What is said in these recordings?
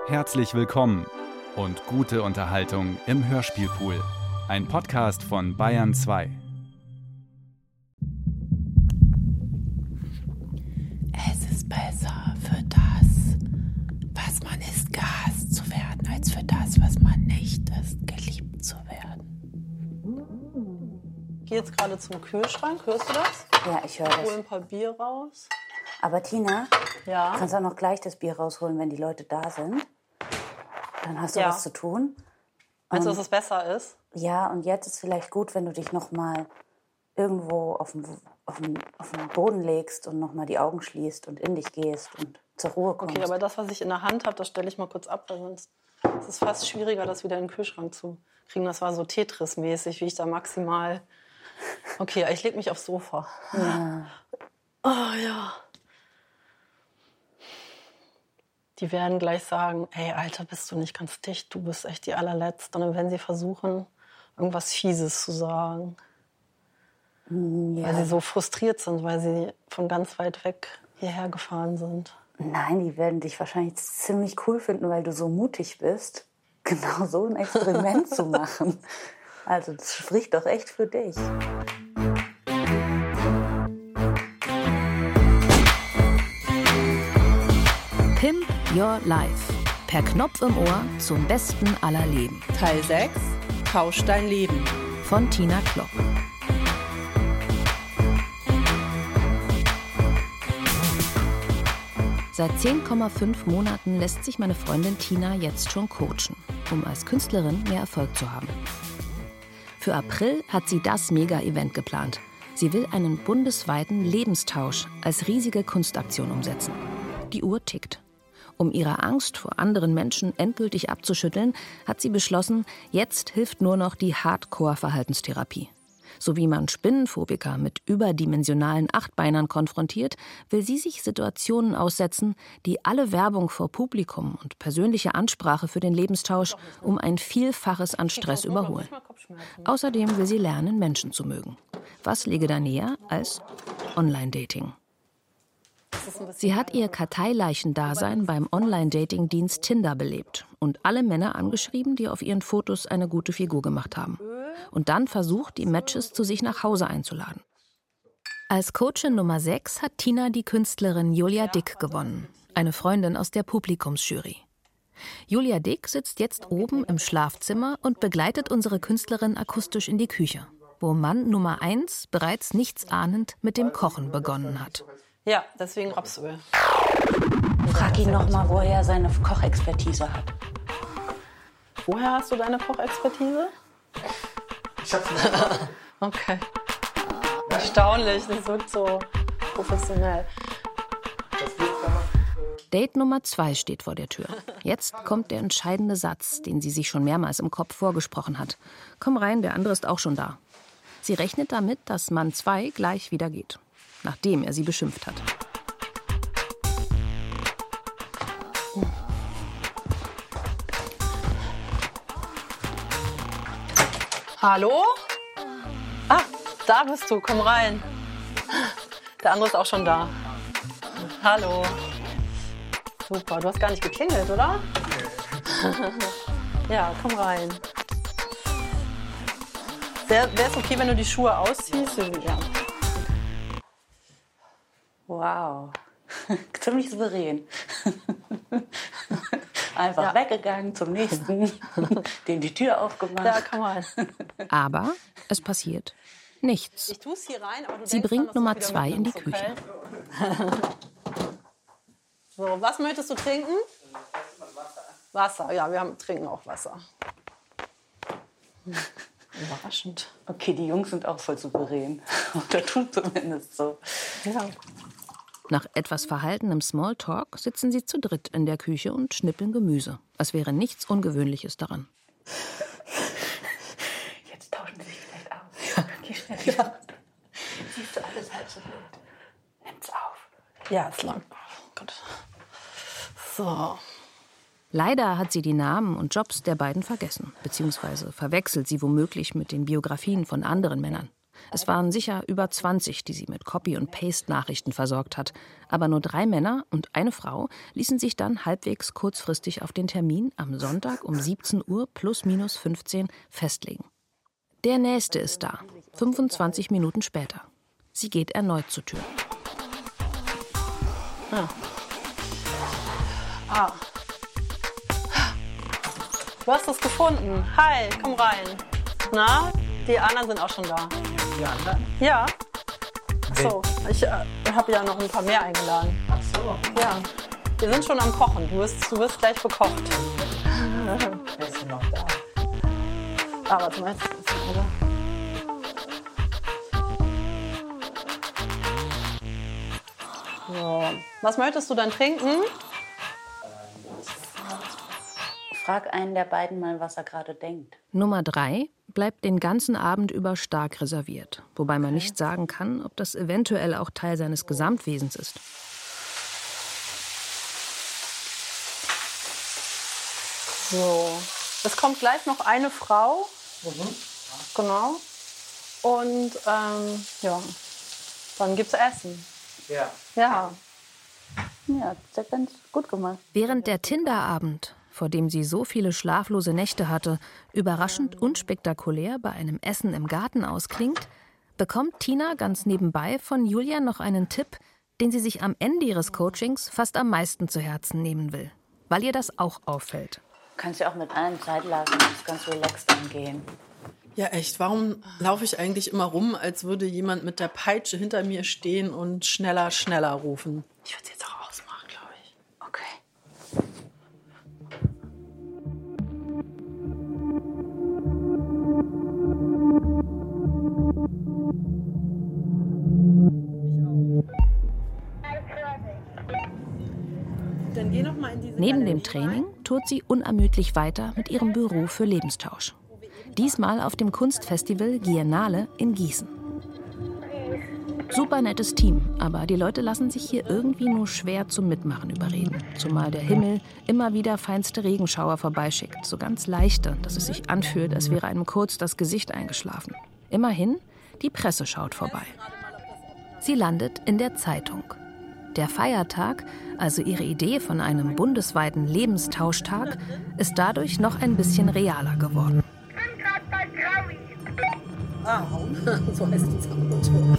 Herzlich willkommen und gute Unterhaltung im Hörspielpool. Ein Podcast von Bayern 2. Es ist besser für das, was man ist, gehasst zu werden, als für das, was man nicht ist, geliebt zu werden. Ich gehe jetzt gerade zum Kühlschrank, hörst du das? Ja, ich höre das. Hol ein paar Bier raus. Aber Tina, Ja. kannst auch noch gleich das Bier rausholen, wenn die Leute da sind. Dann hast du Ja. was zu tun. Meinst du, dass es besser ist? Ja, und jetzt ist vielleicht gut, wenn du dich noch mal irgendwo auf den Boden legst und noch mal die Augen schließt und in dich gehst und zur Ruhe kommst. Okay, aber das, was ich in der Hand habe, das stelle ich mal kurz ab, weil sonst ist es fast schwieriger, das wieder in den Kühlschrank zu kriegen. Das war so Tetris-mäßig, wie ich da maximal... Okay, ich lege mich aufs Sofa. Ja. Oh ja. Die werden gleich sagen, ey, Alter, bist du nicht ganz dicht, du bist echt die allerletzte. Und dann werden sie versuchen, irgendwas Fieses zu sagen. Ja. Weil sie so frustriert sind, weil sie von ganz weit weg hierher gefahren sind. Nein, die werden dich wahrscheinlich ziemlich cool finden, weil du so mutig bist, genau so ein Experiment zu machen. Also das spricht doch echt für dich. Pimp Your Life. Per Knopf im Ohr zum Besten aller Leben. Teil 6. Tausch dein Leben. Von Tina Klopp. Seit 10,5 Monaten lässt sich meine Freundin Tina jetzt schon coachen, um als Künstlerin mehr Erfolg zu haben. Für April hat sie das Mega-Event geplant. Sie will einen bundesweiten Lebenstausch als riesige Kunstaktion umsetzen. Die Uhr tickt. Um ihre Angst vor anderen Menschen endgültig abzuschütteln, hat sie beschlossen, jetzt hilft nur noch die Hardcore-Verhaltenstherapie. So wie man Spinnenphobiker mit überdimensionalen Achtbeinern konfrontiert, will sie sich Situationen aussetzen, die alle Werbung vor Publikum und persönliche Ansprache für den Lebenstausch um ein Vielfaches an Stress überholen. Außerdem will sie lernen, Menschen zu mögen. Was läge da näher als Online-Dating? Sie hat ihr Karteileichendasein beim Online-Dating-Dienst Tinder belebt und alle Männer angeschrieben, die auf ihren Fotos eine gute Figur gemacht haben. Und dann versucht, die Matches zu sich nach Hause einzuladen. Als Coachin Nummer 6 hat Tina die Künstlerin Julia Dick gewonnen, eine Freundin aus der Publikumsjury. Julia Dick sitzt jetzt oben im Schlafzimmer und begleitet unsere Künstlerin akustisch in die Küche, wo Mann Nummer 1 bereits nichtsahnend mit dem Kochen begonnen hat. Ja, deswegen Rapsöl. Frag ihn noch mal, wo er seine Kochexpertise hat. Woher hast du deine Kochexpertise? Ich hab's nicht. Okay. Erstaunlich, das wirkt so professionell. Date Nummer 2 steht vor der Tür. Jetzt kommt der entscheidende Satz, den sie sich schon mehrmals im Kopf vorgesprochen hat. Komm rein, der andere ist auch schon da. Sie rechnet damit, dass Mann 2 gleich wieder geht, nachdem er sie beschimpft hat. Hallo? Ah, da bist du, komm rein. Der andere ist auch schon da. Hallo. Super, du hast gar nicht geklingelt, oder? Ja, komm rein. Wäre es okay, wenn du die Schuhe ausziehst? Ja. Wow, ziemlich souverän. Einfach weggegangen zum nächsten, dem die Tür aufgemacht. Ja, komm rein. Aber es passiert nichts. Ich tue es hier rein, aber du Sie denkst bringt dann, dass Nummer du wieder 2 in die mitnimmst, Küche. okay? So, was möchtest du trinken? Wasser, ja, trinken auch Wasser. Überraschend. Okay, die Jungs sind auch voll souverän. Oder tun zumindest so. Ja. Nach etwas verhaltenem Smalltalk sitzen sie zu dritt in der Küche und schnippeln Gemüse. Es wäre nichts Ungewöhnliches daran. Jetzt tauschen sie sich vielleicht aus. Ja. Geh schnell wieder. Siehst du alles halb so wild. Nimm's auf. Ja, ist lang. Oh Gott. So. Leider hat sie die Namen und Jobs der beiden vergessen, beziehungsweise verwechselt sie womöglich mit den Biografien von anderen Männern. Es waren sicher über 20, die sie mit Copy- und Paste-Nachrichten versorgt hat. Aber nur 3 Männer und eine Frau ließen sich dann halbwegs kurzfristig auf den Termin am Sonntag um 17 Uhr ± 15 festlegen. Der nächste ist da, 25 Minuten später. Sie geht erneut zur Tür. Du hast es gefunden. Hi, komm rein. Na, die anderen sind auch schon da. Die anderen? Ja. So, ich habe ja noch ein paar mehr eingeladen. Ach so. Ja, wir sind schon am Kochen. Du wirst gleich bekocht. Wer ist denn noch da? Aber du meinst, oder? So. Was möchtest du dann trinken? Frag einen der beiden mal, was er gerade denkt. Nummer 3 bleibt den ganzen Abend über stark reserviert. Wobei man nicht sagen kann, ob das eventuell auch Teil seines Gesamtwesens ist. So. Es kommt gleich noch eine Frau. Genau. Und ja, dann gibt's Essen. Ja. Ja. Ja, das hat ganz gut gemacht. Während der Tinder-Abend, vor dem sie so viele schlaflose Nächte hatte, überraschend unspektakulär bei einem Essen im Garten ausklingt, bekommt Tina ganz nebenbei von Julia noch einen Tipp, den sie sich am Ende ihres Coachings fast am meisten zu Herzen nehmen will, weil ihr das auch auffällt. Du kannst ja auch mit allen Zeit lassen und es ganz relaxed angehen. Ja, echt. Warum laufe ich eigentlich immer rum, als würde jemand mit der Peitsche hinter mir stehen und schneller, schneller rufen? Ich würde es jetzt auch ausmachen, glaube ich. Okay. Dann geh noch mal in diese Neben Galerie dem Training tourt sie unermüdlich weiter mit ihrem Büro für Lebenstausch. Diesmal auf dem Kunstfestival Giennale in Gießen. Super nettes Team, aber die Leute lassen sich hier irgendwie nur schwer zum Mitmachen überreden. Zumal der Himmel immer wieder feinste Regenschauer vorbeischickt, so ganz leichte, dass es sich anfühlt, als wäre einem kurz das Gesicht eingeschlafen. Immerhin, die Presse schaut vorbei. Sie landet in der Zeitung. Der Feiertag, also ihre Idee von einem bundesweiten Lebenstauschtag, ist dadurch noch ein bisschen realer geworden. So heißt das Auto.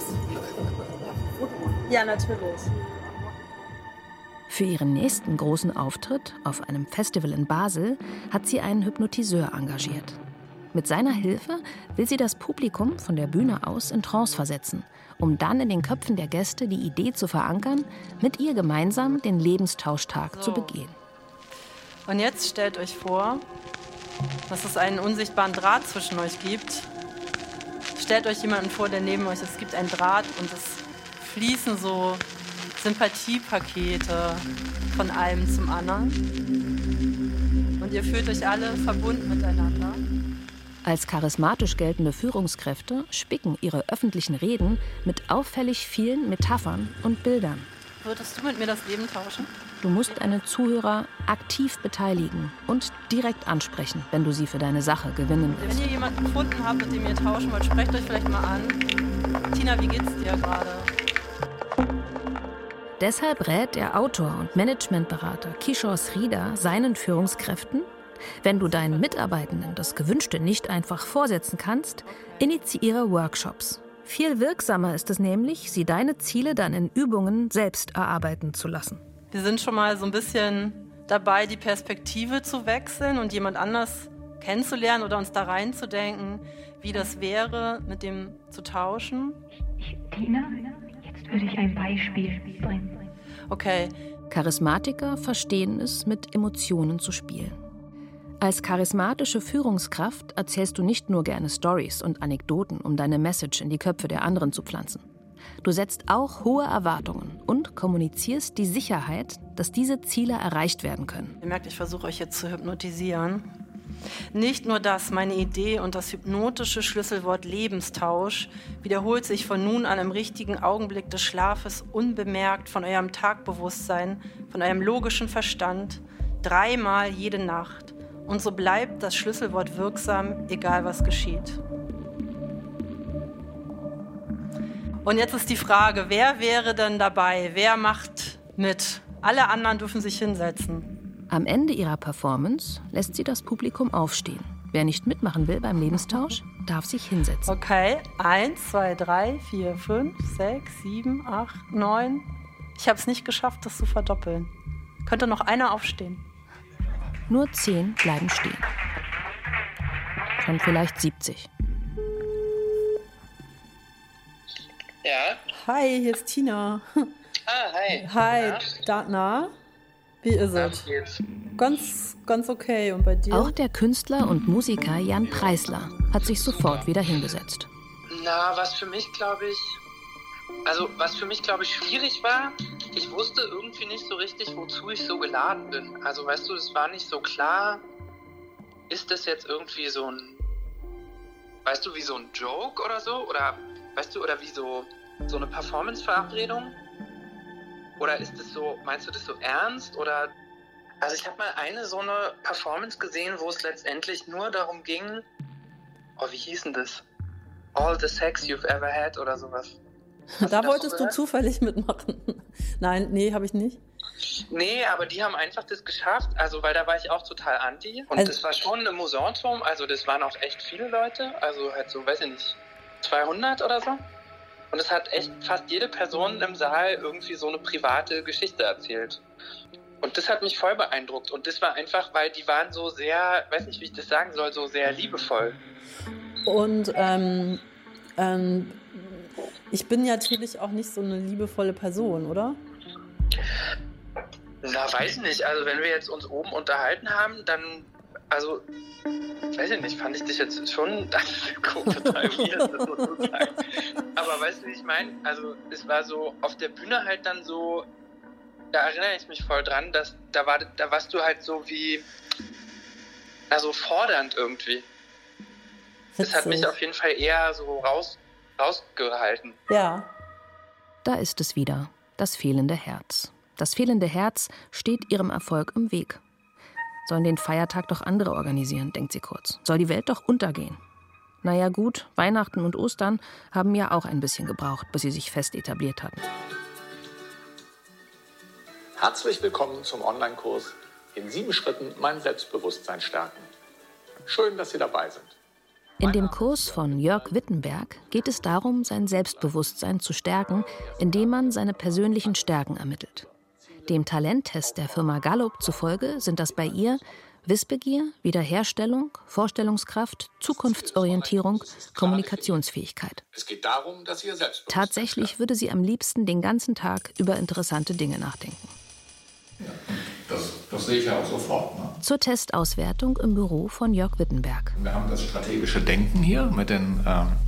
Ja, natürlich. Für ihren nächsten großen Auftritt auf einem Festival in Basel hat sie einen Hypnotiseur engagiert. Mit seiner Hilfe will sie das Publikum von der Bühne aus in Trance versetzen, um dann in den Köpfen der Gäste die Idee zu verankern, mit ihr gemeinsam den Lebenstauschtag zu begehen. Und jetzt stellt euch vor, dass es einen unsichtbaren Draht zwischen euch gibt. Stellt euch jemanden vor, der neben euch ist. Es gibt einen Draht und es fließen so Sympathiepakete von einem zum anderen. Und ihr fühlt euch alle verbunden miteinander. Als charismatisch geltende Führungskräfte spicken ihre öffentlichen Reden mit auffällig vielen Metaphern und Bildern. Würdest du mit mir das Leben tauschen? Du musst deine Zuhörer aktiv beteiligen und direkt ansprechen, wenn du sie für deine Sache gewinnen willst. Wenn ihr jemanden gefunden habt, mit dem ihr tauschen wollt, sprecht euch vielleicht mal an. Tina, wie geht's dir gerade? Deshalb rät der Autor und Managementberater Kishore Sridhar seinen Führungskräften: Wenn du deinen Mitarbeitenden das Gewünschte nicht einfach vorsetzen kannst, initiiere Workshops. Viel wirksamer ist es nämlich, sie deine Ziele dann in Übungen selbst erarbeiten zu lassen. Wir sind schon mal so ein bisschen dabei, die Perspektive zu wechseln und jemand anders kennenzulernen oder uns da reinzudenken, wie das wäre, mit dem zu tauschen. Tina, jetzt würde ich ein Beispiel bringen. Okay. Charismatiker verstehen es, mit Emotionen zu spielen. Als charismatische Führungskraft erzählst du nicht nur gerne Storys und Anekdoten, um deine Message in die Köpfe der anderen zu pflanzen. Du setzt auch hohe Erwartungen und kommunizierst die Sicherheit, dass diese Ziele erreicht werden können. Ihr merkt, ich versuche euch jetzt zu hypnotisieren. Nicht nur das, meine Idee und das hypnotische Schlüsselwort Lebenstausch wiederholt sich von nun an im richtigen Augenblick des Schlafes unbemerkt von eurem Tagbewusstsein, von eurem logischen Verstand, 3-mal jede Nacht. Und so bleibt das Schlüsselwort wirksam, egal was geschieht. Und jetzt ist die Frage, wer wäre denn dabei? Wer macht mit? Alle anderen dürfen sich hinsetzen. Am Ende ihrer Performance lässt sie das Publikum aufstehen. Wer nicht mitmachen will beim Lebenstausch, darf sich hinsetzen. Okay, 1, 2, 3, 4, 5, 6, 7, 8, 9. Ich habe es nicht geschafft, das zu verdoppeln. Könnte noch einer aufstehen? Nur 10 bleiben stehen. Von vielleicht 70. Ja? Hi, hier ist Tina. Hi. Hi, na? Wie ist es? Geht's? Ganz okay. Und bei dir? Auch der Künstler und Musiker Jan Preisler hat sich sofort wieder hingesetzt. Na, was für mich, glaube ich, schwierig war, ich wusste irgendwie nicht so richtig, wozu ich so geladen bin. Also, weißt du, es war nicht so klar, ist das jetzt irgendwie so ein, weißt du, wie so ein Joke oder so? Oder, weißt du, oder wie so eine Performance-Verabredung? Oder ist das so, meinst du das so ernst? Oder, also ich habe mal so eine Performance gesehen, wo es letztendlich nur darum ging, wie hieß denn das? All the sex you've ever had oder sowas. Da wolltest du zufällig mitmachen. Nein, nee, habe ich nicht. Nee, aber die haben einfach das geschafft, also weil da war ich auch total anti. Und das war schon eine Musanturm, also das waren auch echt viele Leute, also halt so, weiß ich nicht, 200 oder so. Und es hat echt fast jede Person im Saal irgendwie so eine private Geschichte erzählt. Und das hat mich voll beeindruckt. Und das war einfach, weil die waren so sehr, weiß nicht, wie ich das sagen soll, so sehr liebevoll. Und ich bin ja natürlich auch nicht so eine liebevolle Person, oder? Na, weiß nicht. Also wenn wir jetzt uns oben unterhalten haben, dann, also, weiß ich nicht, fand ich dich jetzt schon, das ist total weird, das so zu sagen. Aber weißt du, wie ich meine? Also es war so auf der Bühne halt dann so, da erinnere ich mich voll dran, dass da warst du halt so wie, also fordernd irgendwie. Das hat mich auf jeden Fall eher so rausgehalten. Ja. Da ist es wieder, das fehlende Herz. Das fehlende Herz steht ihrem Erfolg im Weg. Sollen den Feiertag doch andere organisieren, denkt sie kurz. Soll die Welt doch untergehen. Naja gut, Weihnachten und Ostern haben ja auch ein bisschen gebraucht, bis sie sich fest etabliert hatten. Herzlich willkommen zum Online-Kurs in 7 Schritten mein Selbstbewusstsein stärken. Schön, dass Sie dabei sind. In dem Kurs von Jörg Wittenberg geht es darum, sein Selbstbewusstsein zu stärken, indem man seine persönlichen Stärken ermittelt. Dem Talenttest der Firma Gallup zufolge sind das bei ihr Wissbegier, Wiederherstellung, Vorstellungskraft, Zukunftsorientierung, Kommunikationsfähigkeit. Es geht darum, dass ihr Selbstbewusstsein Tatsächlich würde sie am liebsten den ganzen Tag über interessante Dinge nachdenken. Ja, das sehe ich ja auch sofort. Ne? Zur Testauswertung im Büro von Jörg Wittenberg. Wir haben das strategische Denken hier mit den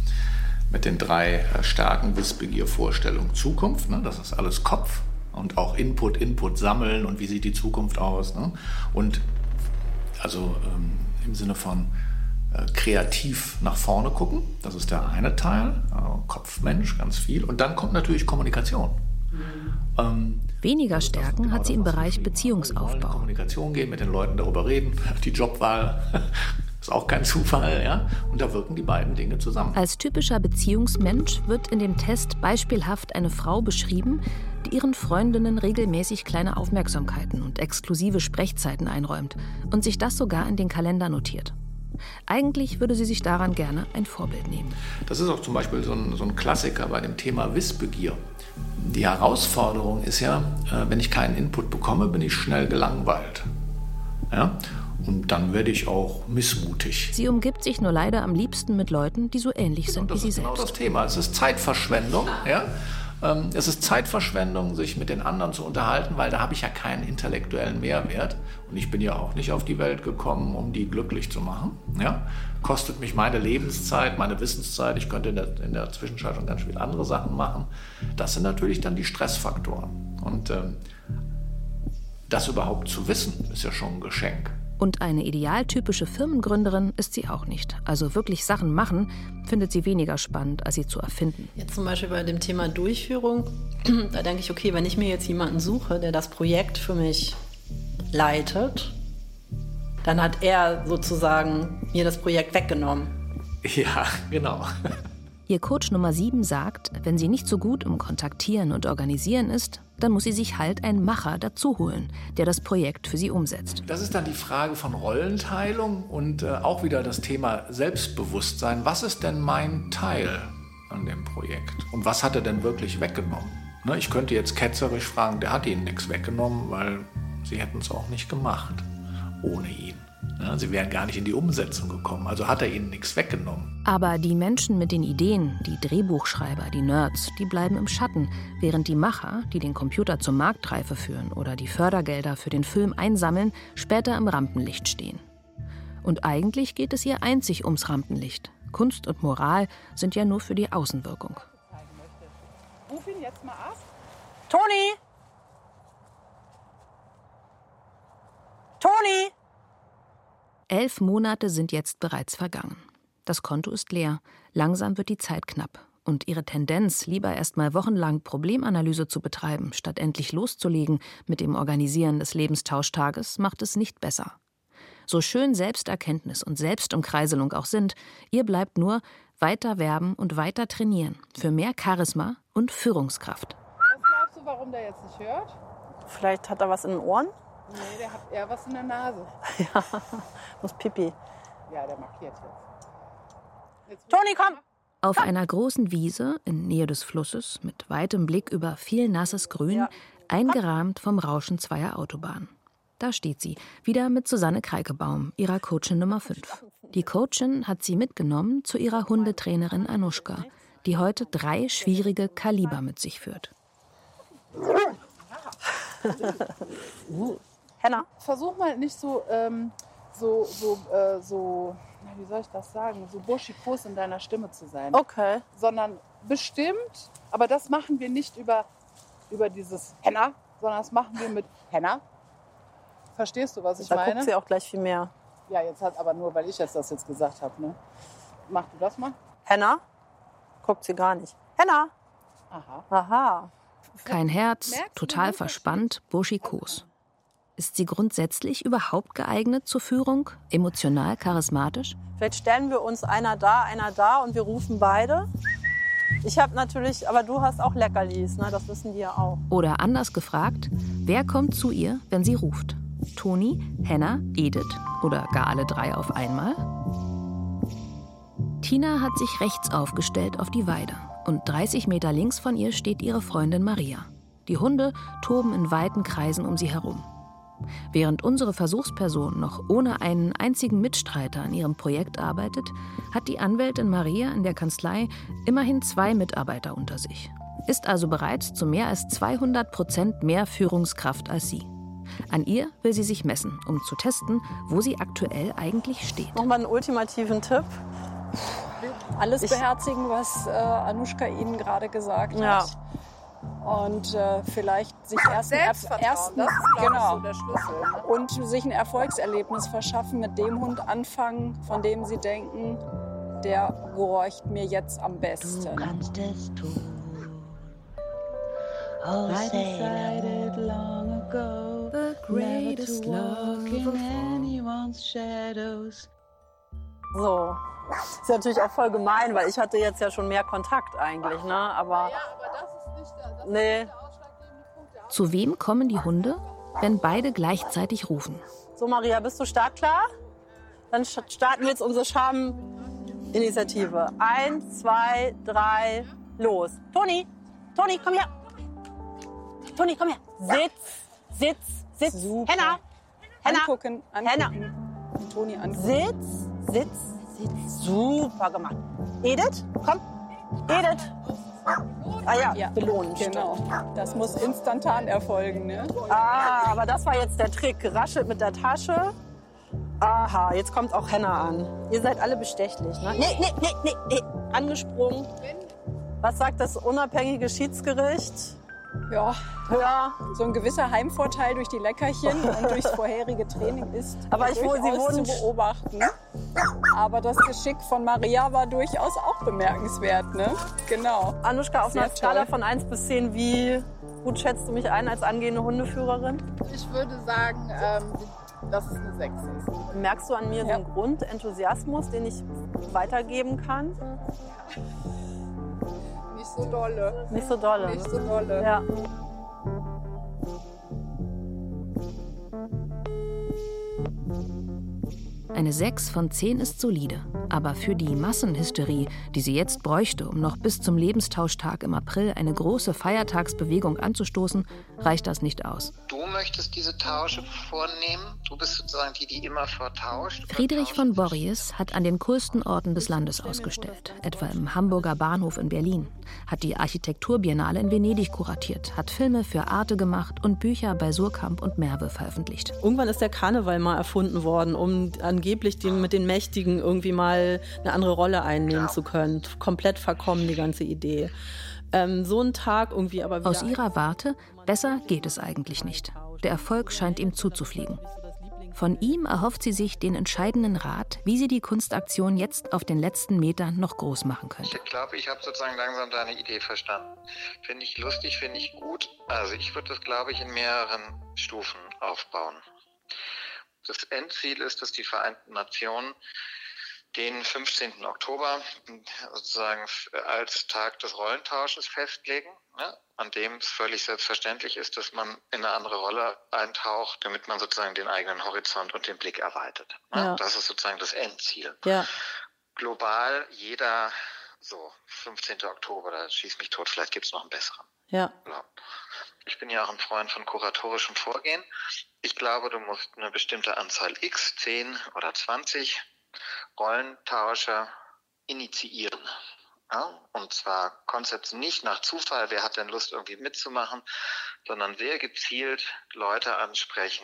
3 Stärken: Wissbegier, Vorstellung, Zukunft. Ne? Das ist alles Kopf. Und auch Input sammeln und wie sieht die Zukunft aus. Ne? Und also im Sinne von kreativ nach vorne gucken, das ist der eine Teil, Kopfmensch, ganz viel. Und dann kommt natürlich Kommunikation. Weniger Stärken hat sie im Bereich Beziehungsaufbau. In Kommunikation gehen, mit den Leuten darüber reden, die Jobwahl ist auch kein Zufall, ja. Und da wirken die beiden Dinge zusammen. Als typischer Beziehungsmensch wird in dem Test beispielhaft eine Frau beschrieben, die ihren Freundinnen regelmäßig kleine Aufmerksamkeiten und exklusive Sprechzeiten einräumt und sich das sogar in den Kalender notiert. Eigentlich würde sie sich daran gerne ein Vorbild nehmen. Das ist auch zum Beispiel so ein Klassiker bei dem Thema Wissbegier. Die Herausforderung ist ja, wenn ich keinen Input bekomme, bin ich schnell gelangweilt. Ja? Und dann werde ich auch missmutig. Sie umgibt sich nur leider am liebsten mit Leuten, die so ähnlich sind wie sie selbst. Das ist genau das Thema. Es ist Zeitverschwendung. Ja? Es ist Zeitverschwendung, sich mit den anderen zu unterhalten, weil da habe ich ja keinen intellektuellen Mehrwert. Und ich bin ja auch nicht auf die Welt gekommen, um die glücklich zu machen. Ja? Kostet mich meine Lebenszeit, meine Wissenszeit. Ich könnte in der Zwischenzeit schon ganz viele andere Sachen machen. Das sind natürlich dann die Stressfaktoren. Und das überhaupt zu wissen, ist ja schon ein Geschenk. Und eine idealtypische Firmengründerin ist sie auch nicht. Also wirklich Sachen machen, findet sie weniger spannend, als sie zu erfinden. Jetzt zum Beispiel bei dem Thema Durchführung, da denke ich, okay, wenn ich mir jetzt jemanden suche, der das Projekt für mich leitet, dann hat er sozusagen mir das Projekt weggenommen. Ja, genau. Ihr Coach Nummer 7 sagt, wenn sie nicht so gut im Kontaktieren und Organisieren ist, dann muss sie sich halt einen Macher dazu holen, der das Projekt für sie umsetzt. Das ist dann die Frage von Rollenteilung und auch wieder das Thema Selbstbewusstsein. Was ist denn mein Teil an dem Projekt? Und was hat er denn wirklich weggenommen? Ne, ich könnte jetzt ketzerisch fragen, der hat ihnen nichts weggenommen, weil sie hätten es auch nicht gemacht ohne ihn. Ja, sie wären gar nicht in die Umsetzung gekommen, also hat er ihnen nichts weggenommen. Aber die Menschen mit den Ideen, die Drehbuchschreiber, die Nerds, die bleiben im Schatten, während die Macher, die den Computer zur Marktreife führen oder die Fördergelder für den Film einsammeln, später im Rampenlicht stehen. Und eigentlich geht es ihr einzig ums Rampenlicht. Kunst und Moral sind ja nur für die Außenwirkung. Ruf ihn jetzt mal ab. Toni! Toni! 11 Monate sind jetzt bereits vergangen. Das Konto ist leer, langsam wird die Zeit knapp. Und ihre Tendenz, lieber erst mal wochenlang Problemanalyse zu betreiben, statt endlich loszulegen mit dem Organisieren des Lebenstauschages, macht es nicht besser. So schön Selbsterkenntnis und Selbstumkreiselung auch sind, ihr bleibt nur weiter werben und weiter trainieren für mehr Charisma und Führungskraft. Was glaubst du, warum der jetzt nicht hört? Vielleicht hat er was in den Ohren? Nee, der hat eher was in der Nase. Ja, muss Pipi. Ja, der markiert jetzt. Toni, komm! Auf einer großen Wiese in Nähe des Flusses, mit weitem Blick über viel nasses Grün, eingerahmt vom Rauschen zweier Autobahnen. Da steht sie, wieder mit Susanne Kreikebaum, ihrer Coachin Nummer 5. Die Coachin hat sie mitgenommen zu ihrer Hundetrainerin Anuschka, die heute 3 schwierige Kaliber mit sich führt. Henna. Versuch mal nicht so, wie soll ich das sagen, so burschikos in deiner Stimme zu sein. Okay. Sondern bestimmt, aber das machen wir nicht über dieses Henna, sondern das machen wir mit Henna. Verstehst du, was ich meine? Da guckt sie auch gleich viel mehr. Ja, jetzt hat aber nur, weil ich das jetzt gesagt habe. Ne? Mach du das mal. Henna? Guckt sie gar nicht. Henna! Aha. Aha. Kein Herz, total verspannt, burschikos. Ist sie grundsätzlich überhaupt geeignet zur Führung? Emotional, charismatisch? Vielleicht stellen wir uns einer da und wir rufen beide. Ich habe natürlich, aber du hast auch Leckerlis, ne? Das wissen die ja auch. Oder anders gefragt, wer kommt zu ihr, wenn sie ruft? Toni, Henna, Edith oder gar alle 3 auf einmal? Tina hat sich rechts aufgestellt auf die Weide. Und 30 Meter links von ihr steht ihre Freundin Maria. Die Hunde toben in weiten Kreisen um sie herum. Während unsere Versuchsperson noch ohne einen einzigen Mitstreiter an ihrem Projekt arbeitet, hat die Anwältin Maria in der Kanzlei immerhin 2 Mitarbeiter unter sich. Ist also bereits zu mehr als 200% mehr Führungskraft als sie. An ihr will sie sich messen, um zu testen, wo sie aktuell eigentlich steht. Nochmal einen ultimativen Tipp. Alles beherzigen, was Anuschka Ihnen gerade gesagt hat. Und vielleicht sich erst das ist, genau, so der Schlüssel, ne? Und sich ein Erfolgserlebnis verschaffen, mit dem Hund anfangen, von dem Sie denken, der gehorcht mir jetzt am besten. Du kannst es tun. I decided long ago the greatest love in anyone's shadows. So. Ist natürlich auch voll gemein, weil ich hatte jetzt ja schon mehr Kontakt eigentlich, ne? Aber Ja, aber das ist nicht der ausschlaggebende Punkt. Zu wem kommen die Hunde, wenn beide gleichzeitig rufen? So, Maria, bist du startklar? Dann starten wir jetzt unsere Scham-Initiative. 1, 2, 3, los. Toni, komm her. Toni, komm her. Sitz. Super. Henna. Angucken. Henna. Toni angucken. Sitz. Super gemacht. Edith, komm. Edith. Ah ja, belohnen. Genau. Das muss instantan erfolgen, ne? Ah, aber das war jetzt der Trick. Geraschelt mit der Tasche. Aha, jetzt kommt auch Henna an. Ihr seid alle bestechlich, ne? Nee. Angesprungen. Was sagt das unabhängige Schiedsgericht? Ja, so ein gewisser Heimvorteil durch die Leckerchen und durchs vorherige Training ist aber sie durchaus wurden zu beobachten. Aber das Geschick von Maria war durchaus auch bemerkenswert, ne? Genau. Anuschka, auf Sehr einer Skala toll. von 1 bis 10, wie gut schätzt du mich ein als angehende Hundeführerin? Ich würde sagen, dass es eine 6 ist. Merkst du an mir so einen Grundenthusiasmus, den ich weitergeben kann? Nicht so dolle. Nicht so dolle. Nicht so dolle. Ja. Eine 6 von 10 ist solide. Aber für die Massenhysterie, die sie jetzt bräuchte, um noch bis zum Lebenstauschtag im April eine große Feiertagsbewegung anzustoßen, reicht das nicht aus. Du möchtest diese Tausche vornehmen? Du bist sozusagen die immer vortauscht? Friedrich von Borries hat an den coolsten Orten des Landes ausgestellt, etwa im Hamburger Bahnhof in Berlin, hat die Architekturbiennale in Venedig kuratiert, hat Filme für Arte gemacht und Bücher bei Surkamp und Merve veröffentlicht. Irgendwann ist der Karneval mal erfunden worden, um angeblich mit den Mächtigen irgendwie mal eine andere Rolle einnehmen zu können. Komplett verkommen, die ganze Idee. So ein Tag irgendwie aber wieder. Aus ihrer Warte, besser geht es eigentlich nicht. Der Erfolg scheint ihm zuzufliegen. Von ihm erhofft sie sich den entscheidenden Rat, wie sie die Kunstaktion jetzt auf den letzten Metern noch groß machen könnte. Ich glaube, ich habe sozusagen langsam deine Idee verstanden. Finde ich lustig, finde ich gut. Also ich würde das, glaube ich, in mehreren Stufen aufbauen. Das Endziel ist, dass die Vereinten Nationen den 15. Oktober sozusagen als Tag des Rollentausches festlegen, ne, an dem es völlig selbstverständlich ist, dass man in eine andere Rolle eintaucht, damit man sozusagen den eigenen Horizont und den Blick erweitert. Ne? Ja. Das ist sozusagen das Endziel. Ja. Global jeder, 15. Oktober, da schießt mich tot, vielleicht gibt es noch einen besseren. Ja. Ich bin ja auch ein Freund von kuratorischem Vorgehen. Ich glaube, du musst eine bestimmte Anzahl X, 10 oder 20 Rollentausche initiieren. Ja? Und zwar konzepts nicht nach Zufall, wer hat denn Lust irgendwie mitzumachen, sondern sehr gezielt Leute ansprechen,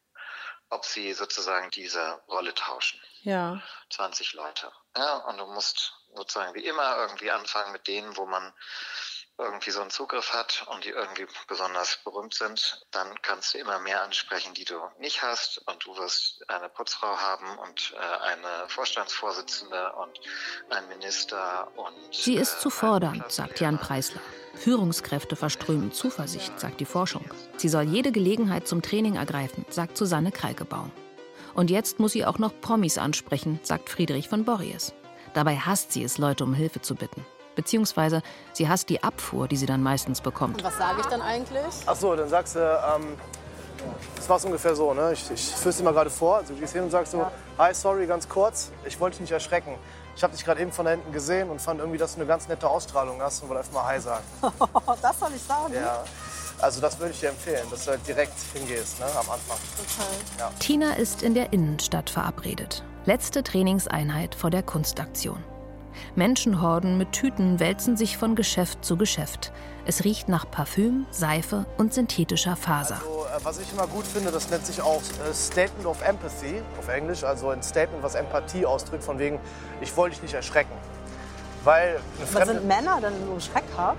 ob sie sozusagen diese Rolle tauschen. Ja. 20 Leute. Ja, und du musst sozusagen wie immer irgendwie anfangen mit denen, wo man irgendwie so einen Zugriff hat und die irgendwie besonders berühmt sind, dann kannst du immer mehr ansprechen, die du nicht hast, und du wirst eine Putzfrau haben und eine Vorstandsvorsitzende und einen Minister und... Sie ist zu fordernd, sagt Jan Preisler. Führungskräfte verströmen Zuversicht, sagt die Forschung. Sie soll jede Gelegenheit zum Training ergreifen, sagt Susanne Kreikebaum. Und jetzt muss sie auch noch Promis ansprechen, sagt Friedrich von Borries. Dabei hasst sie es, Leute um Hilfe zu bitten. Beziehungsweise sie hasst die Abfuhr, die sie dann meistens bekommt. Und was sage ich dann eigentlich? Ach so, dann sagst du, das war ungefähr so, ne? Ich führe es dir mal gerade vor. Also du gehst hin und sagst so, hi, sorry, ganz kurz, ich wollte dich nicht erschrecken. Ich habe dich gerade eben von da hinten gesehen und fand irgendwie, dass du eine ganz nette Ausstrahlung hast und wollte einfach mal hi sagen. Das soll ich sagen? Ja. Also das würde ich dir empfehlen, dass du halt direkt hingehst, ne, am Anfang. Total. Ja. Tina ist in der Innenstadt verabredet. Letzte Trainingseinheit vor der Kunstaktion. Menschenhorden mit Tüten wälzen sich von Geschäft zu Geschäft. Es riecht nach Parfüm, Seife und synthetischer Faser. Also, was ich immer gut finde, das nennt sich auch Statement of Empathy auf Englisch. Also ein Statement, was Empathie ausdrückt, von wegen, ich wollte dich nicht erschrecken. Weil aber sind Männer denn so schreckhaft?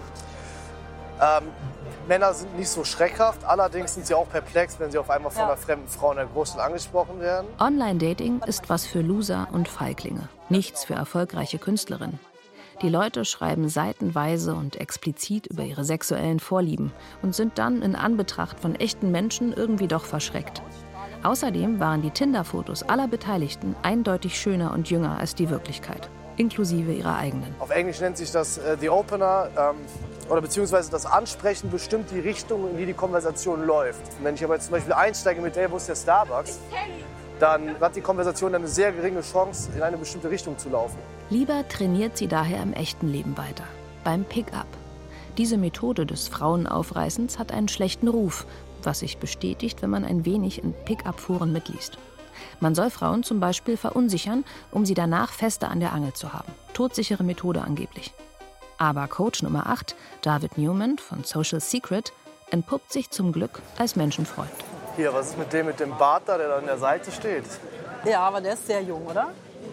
Männer sind nicht so schreckhaft, allerdings sind sie auch perplex, wenn sie auf einmal von einer fremden Frau in der Großstadt angesprochen werden. Online-Dating ist was für Loser und Feiglinge, nichts für erfolgreiche Künstlerinnen. Die Leute schreiben seitenweise und explizit über ihre sexuellen Vorlieben und sind dann in Anbetracht von echten Menschen irgendwie doch verschreckt. Außerdem waren die Tinder-Fotos aller Beteiligten eindeutig schöner und jünger als die Wirklichkeit, inklusive ihrer eigenen. Auf Englisch nennt sich das The Opener, oder beziehungsweise das Ansprechen bestimmt die Richtung, in die die Konversation läuft. Und wenn ich aber jetzt zum Beispiel einsteige mit, wo ist der Starbucks, dann hat die Konversation eine sehr geringe Chance, in eine bestimmte Richtung zu laufen. Lieber trainiert sie daher im echten Leben weiter, beim Pick-up. Diese Methode des Frauenaufreißens hat einen schlechten Ruf, was sich bestätigt, wenn man ein wenig in Pick-up-Foren mitliest. Man soll Frauen zum Beispiel verunsichern, um sie danach fester an der Angel zu haben. Todsichere Methode angeblich. Aber Coach Nummer 8, David Newman von Social Secret, entpuppt sich zum Glück als Menschenfreund. Hier, was ist mit dem Bart da, der da an der Seite steht? Ja, aber der ist sehr jung, oder?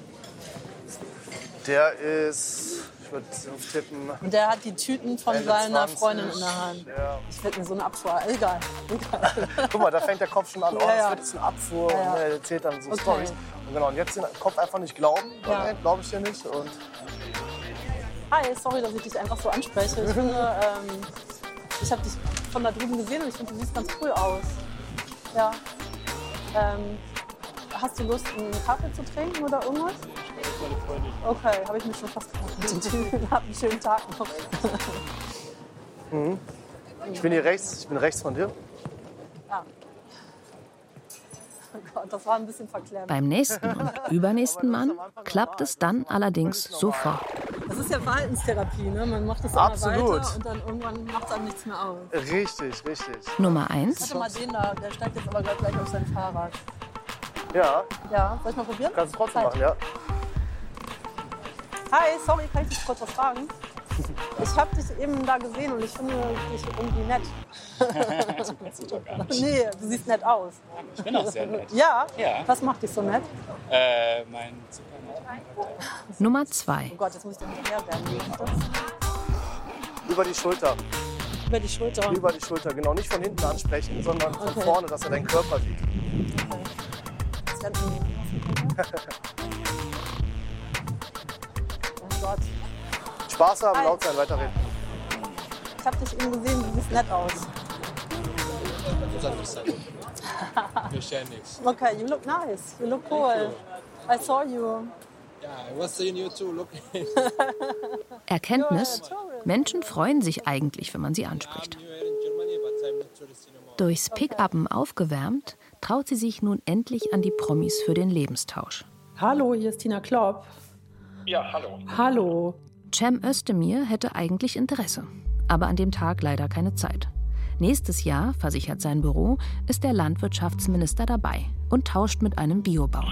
Der ist, ich würde tippen... Und der hat die Tüten von Ende seiner 20, Freundin in der Hand. Ja. Ich würde mir so eine Abfuhr... Egal. Guck mal, da fängt der Kopf schon an. Oh, Ja, ja. das wird jetzt eine Abfuhr. Ja, ja. Und er erzählt dann so Okay. Storys. Und genau, und jetzt den Kopf einfach nicht glauben. Ja. Okay, glaube ich dir nicht. Und Hi, sorry, dass ich dich einfach so anspreche. Ich finde, ich habe dich von da drüben gesehen und ich finde, du siehst ganz cool aus. Ja. Hast du Lust, einen Kaffee zu trinken oder irgendwas? Okay, habe ich mir schon fast gedacht. Hab einen schönen Tag noch. Mhm. Ich bin rechts von dir. Ja. Oh Gott, das war ein bisschen verklemmt. Beim nächsten und übernächsten Mann klappt es dann allerdings sofort. Das ist ja Verhaltenstherapie, ne? Man macht das immer weiter und dann irgendwann macht es einem nichts mehr aus. Richtig. Nummer 1. Warte mal den da, der steigt jetzt aber gleich auf sein Fahrrad. Ja. Ja, soll ich mal probieren? Kannst du trotzdem machen, ja. Hi, sorry, kann ich dich kurz was fragen? Ich habe dich eben da gesehen und ich finde dich irgendwie nett. Das sieht doch gar nicht. Nee, du siehst nett aus. Ich bin auch sehr nett. Ja? Ja. Was macht dich so nett? Mein Supermarkt. Nummer 2. Oh Gott, jetzt muss ich da hinterher werden. Über die Schulter. Über die Schulter? Über die Schulter, genau. Nicht von hinten ansprechen, sondern von vorne, dass er deinen Körper sieht. Okay. Oh Gott. Spaß haben, laut sein, weiterreden. Ich habe dich eben gesehen, du siehst nett aus. Wir stellen nichts. Okay, you look nice. You look cool. I saw you. Yeah, I was seeing you too. Look. Erkenntnis: Menschen freuen sich eigentlich, wenn man sie anspricht. Durchs Pick-Upen aufgewärmt, traut sie sich nun endlich an die Promis für den Lebenstausch. Hallo, hier ist Tina Klopp. Ja, hallo. Hallo. Cem Özdemir hätte eigentlich Interesse, aber an dem Tag leider keine Zeit. Nächstes Jahr, versichert sein Büro, ist der Landwirtschaftsminister dabei und tauscht mit einem Biobauern.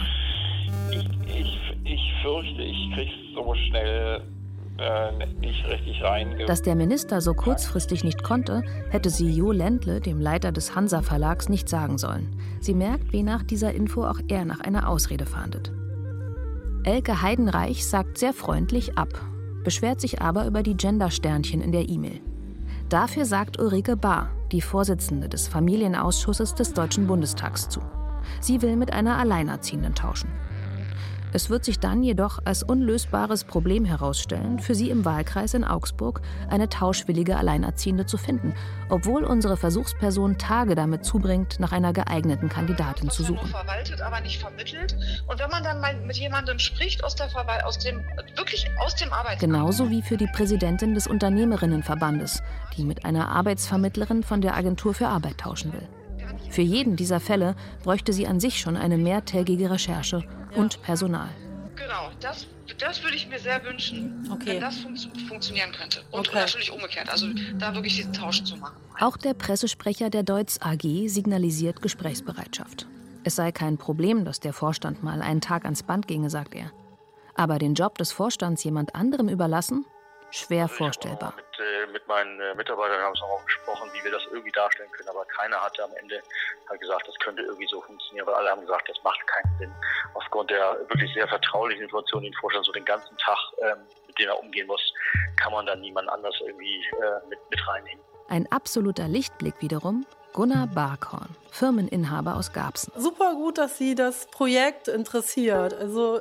Ich fürchte, ich krieg's so schnell nicht richtig rein. Dass der Minister so kurzfristig nicht konnte, hätte sie Jo Ländle, dem Leiter des Hansa-Verlags, nicht sagen sollen. Sie merkt, wie nach dieser Info auch er nach einer Ausrede fahndet. Elke Heidenreich sagt sehr freundlich ab, beschwert sich aber über die Gender-Sternchen in der E-Mail. Dafür sagt Ulrike Bahr, die Vorsitzende des Familienausschusses des Deutschen Bundestags, zu. Sie will mit einer Alleinerziehenden tauschen. Es wird sich dann jedoch als unlösbares Problem herausstellen, für sie im Wahlkreis in Augsburg eine tauschwillige Alleinerziehende zu finden, obwohl unsere Versuchsperson Tage damit zubringt, nach einer geeigneten Kandidatin zu suchen. Verwaltet, aber nicht vermittelt. Und wenn man dann mal mit jemandem spricht aus dem Arbeitsmarkt. Genauso wie für die Präsidentin des Unternehmerinnenverbandes, die mit einer Arbeitsvermittlerin von der Agentur für Arbeit tauschen will. Für jeden dieser Fälle bräuchte sie an sich schon eine mehrtägige Recherche und Personal. Genau, das würde ich mir sehr wünschen, wenn das funktionieren könnte. Und natürlich umgekehrt, also da wirklich diesen Tausch zu machen. Auch der Pressesprecher der Deutz AG signalisiert Gesprächsbereitschaft. Es sei kein Problem, dass der Vorstand mal einen Tag ans Band ginge, sagt er. Aber den Job des Vorstands jemand anderem überlassen? Schwer vorstellbar. Mit meinen Mitarbeitern haben wir auch gesprochen, wie wir das irgendwie darstellen können. Aber keiner hatte am Ende gesagt, das könnte irgendwie so funktionieren. Weil alle haben gesagt, das macht keinen Sinn. Aufgrund der wirklich sehr vertraulichen Situation, den Vorstand so den ganzen Tag, mit dem er umgehen muss, kann man dann niemand anders irgendwie mit reinnehmen. Ein absoluter Lichtblick wiederum, Gunnar Barkhorn, Firmeninhaber aus Garbsen. Super gut, dass Sie das Projekt interessiert. Also,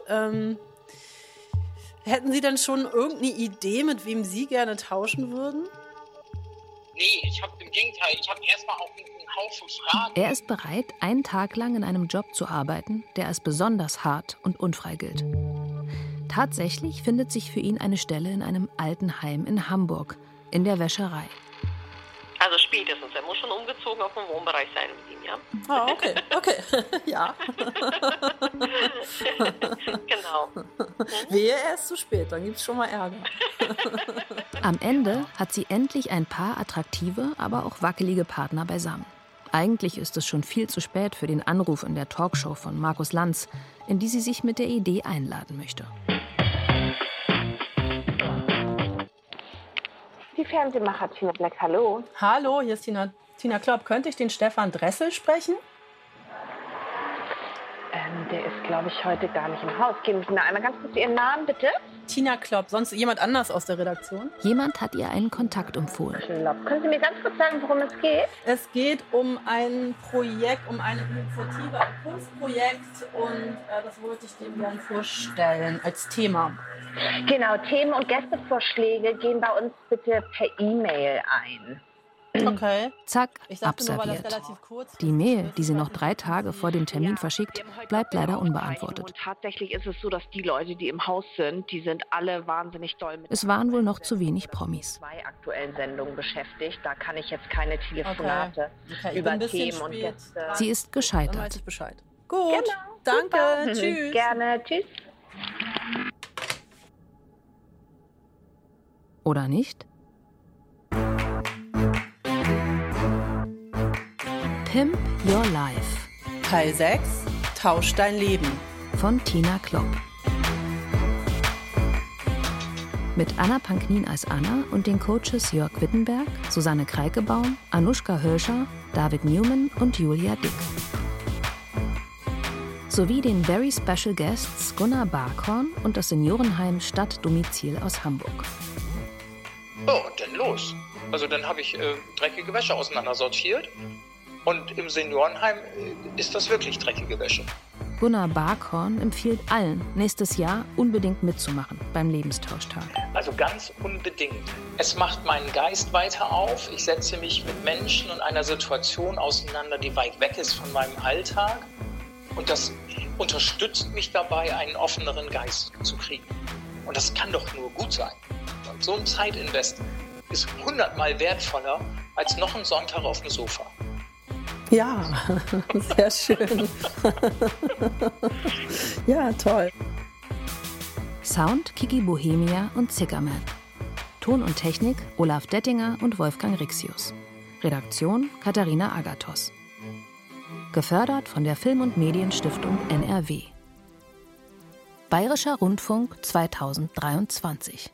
hätten Sie denn schon irgendeine Idee, mit wem Sie gerne tauschen würden? Nee, im Gegenteil, ich habe erstmal auch einen Haufen Fragen. Er ist bereit, einen Tag lang in einem Job zu arbeiten, der als besonders hart und unfrei gilt. Tatsächlich findet sich für ihn eine Stelle in einem Altenheim in Hamburg, in der Wäscherei. Also spätestens, er muss schon umgezogen auf dem Wohnbereich sein mit ihm, ja? Ah, okay, ja. Genau. Wehe, er ist zu spät, dann gibt's schon mal Ärger. Am Ende hat sie endlich ein paar attraktive, aber auch wackelige Partner beisammen. Eigentlich ist es schon viel zu spät für den Anruf in der Talkshow von Markus Lanz, in die sie sich mit der Idee einladen möchte. Die Fernsehmacher Tina Black, hallo. Hallo, hier ist Tina Klopp. Könnte ich den Stefan Dressel sprechen? Der ist, glaube ich, heute gar nicht im Haus. Geben Sie mir einmal ganz kurz Ihren Namen, bitte. Tina Klopp, sonst jemand anders aus der Redaktion? Jemand hat ihr einen Kontakt empfohlen. Können Sie mir ganz kurz sagen, worum es geht? Es geht um ein Projekt, um eine Initiative, ein Kunstprojekt und das wollte ich dem gerne vorstellen als Thema. Genau, Themen und Gästevorschläge gehen bei uns bitte per E-Mail ein. Okay. Zack, Ich dachte nur, weil das abserviert. relativ kurz Die Mail, die sie noch 3 Tage vor dem Termin verschickt, bleibt leider unbeantwortet. Und tatsächlich ist es so, dass die Leute, die im Haus sind, die sind alle wahnsinnig doll mit Es waren wohl noch zu wenig Promis. 2 aktuellen Sendungen beschäftigt. Da kann ich jetzt keine Telefonate Okay, ich bin über ein bisschen Themen und spät. Gäste. Sie ist Dann weiß gescheitert. ich Bescheid. Gut, Genau, danke, super. tschüss. Gerne, tschüss. Oder nicht? Pimp Your Life Teil 6, Tausch dein Leben. von Tina Klopp. Mit Anna Panknin als Anna und den Coaches Jörg Wittenberg, Susanne Kreikebaum, Anushka Hirscher, David Newman und Julia Dick. Sowie den Very Special Guests Gunnar Barkhorn und das Seniorenheim Stadtdomizil aus Hamburg. So, und dann los. Also dann habe ich dreckige Wäsche auseinandersortiert. Und im Seniorenheim ist das wirklich dreckige Wäsche. Gunnar Barkhorn empfiehlt allen, nächstes Jahr unbedingt mitzumachen beim Lebenstauschtag. Also ganz unbedingt. Es macht meinen Geist weiter auf. Ich setze mich mit Menschen und einer Situation auseinander, die weit weg ist von meinem Alltag. Und das unterstützt mich dabei, einen offeneren Geist zu kriegen. Und das kann doch nur gut sein. Und so ein Zeitinvest ist 100-mal wertvoller als noch ein Sonntag auf dem Sofa. Ja, sehr schön. Ja, toll. Sound Kiki Bohemia und Zickerman. Ton und Technik Olaf Dettinger und Wolfgang Rixius. Redaktion Katharina Agathos. Gefördert von der Film- und Medienstiftung NRW. Bayerischer Rundfunk 2023.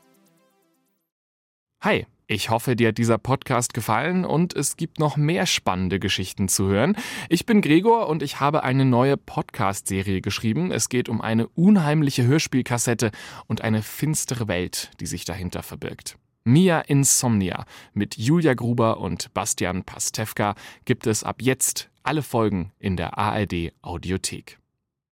Hi, ich hoffe, dir hat dieser Podcast gefallen und es gibt noch mehr spannende Geschichten zu hören. Ich bin Gregor und ich habe eine neue Podcast-Serie geschrieben. Es geht um eine unheimliche Hörspielkassette und eine finstere Welt, die sich dahinter verbirgt. Mia Insomnia mit Julia Gruber und Bastian Pastewka gibt es ab jetzt alle Folgen in der ARD Audiothek.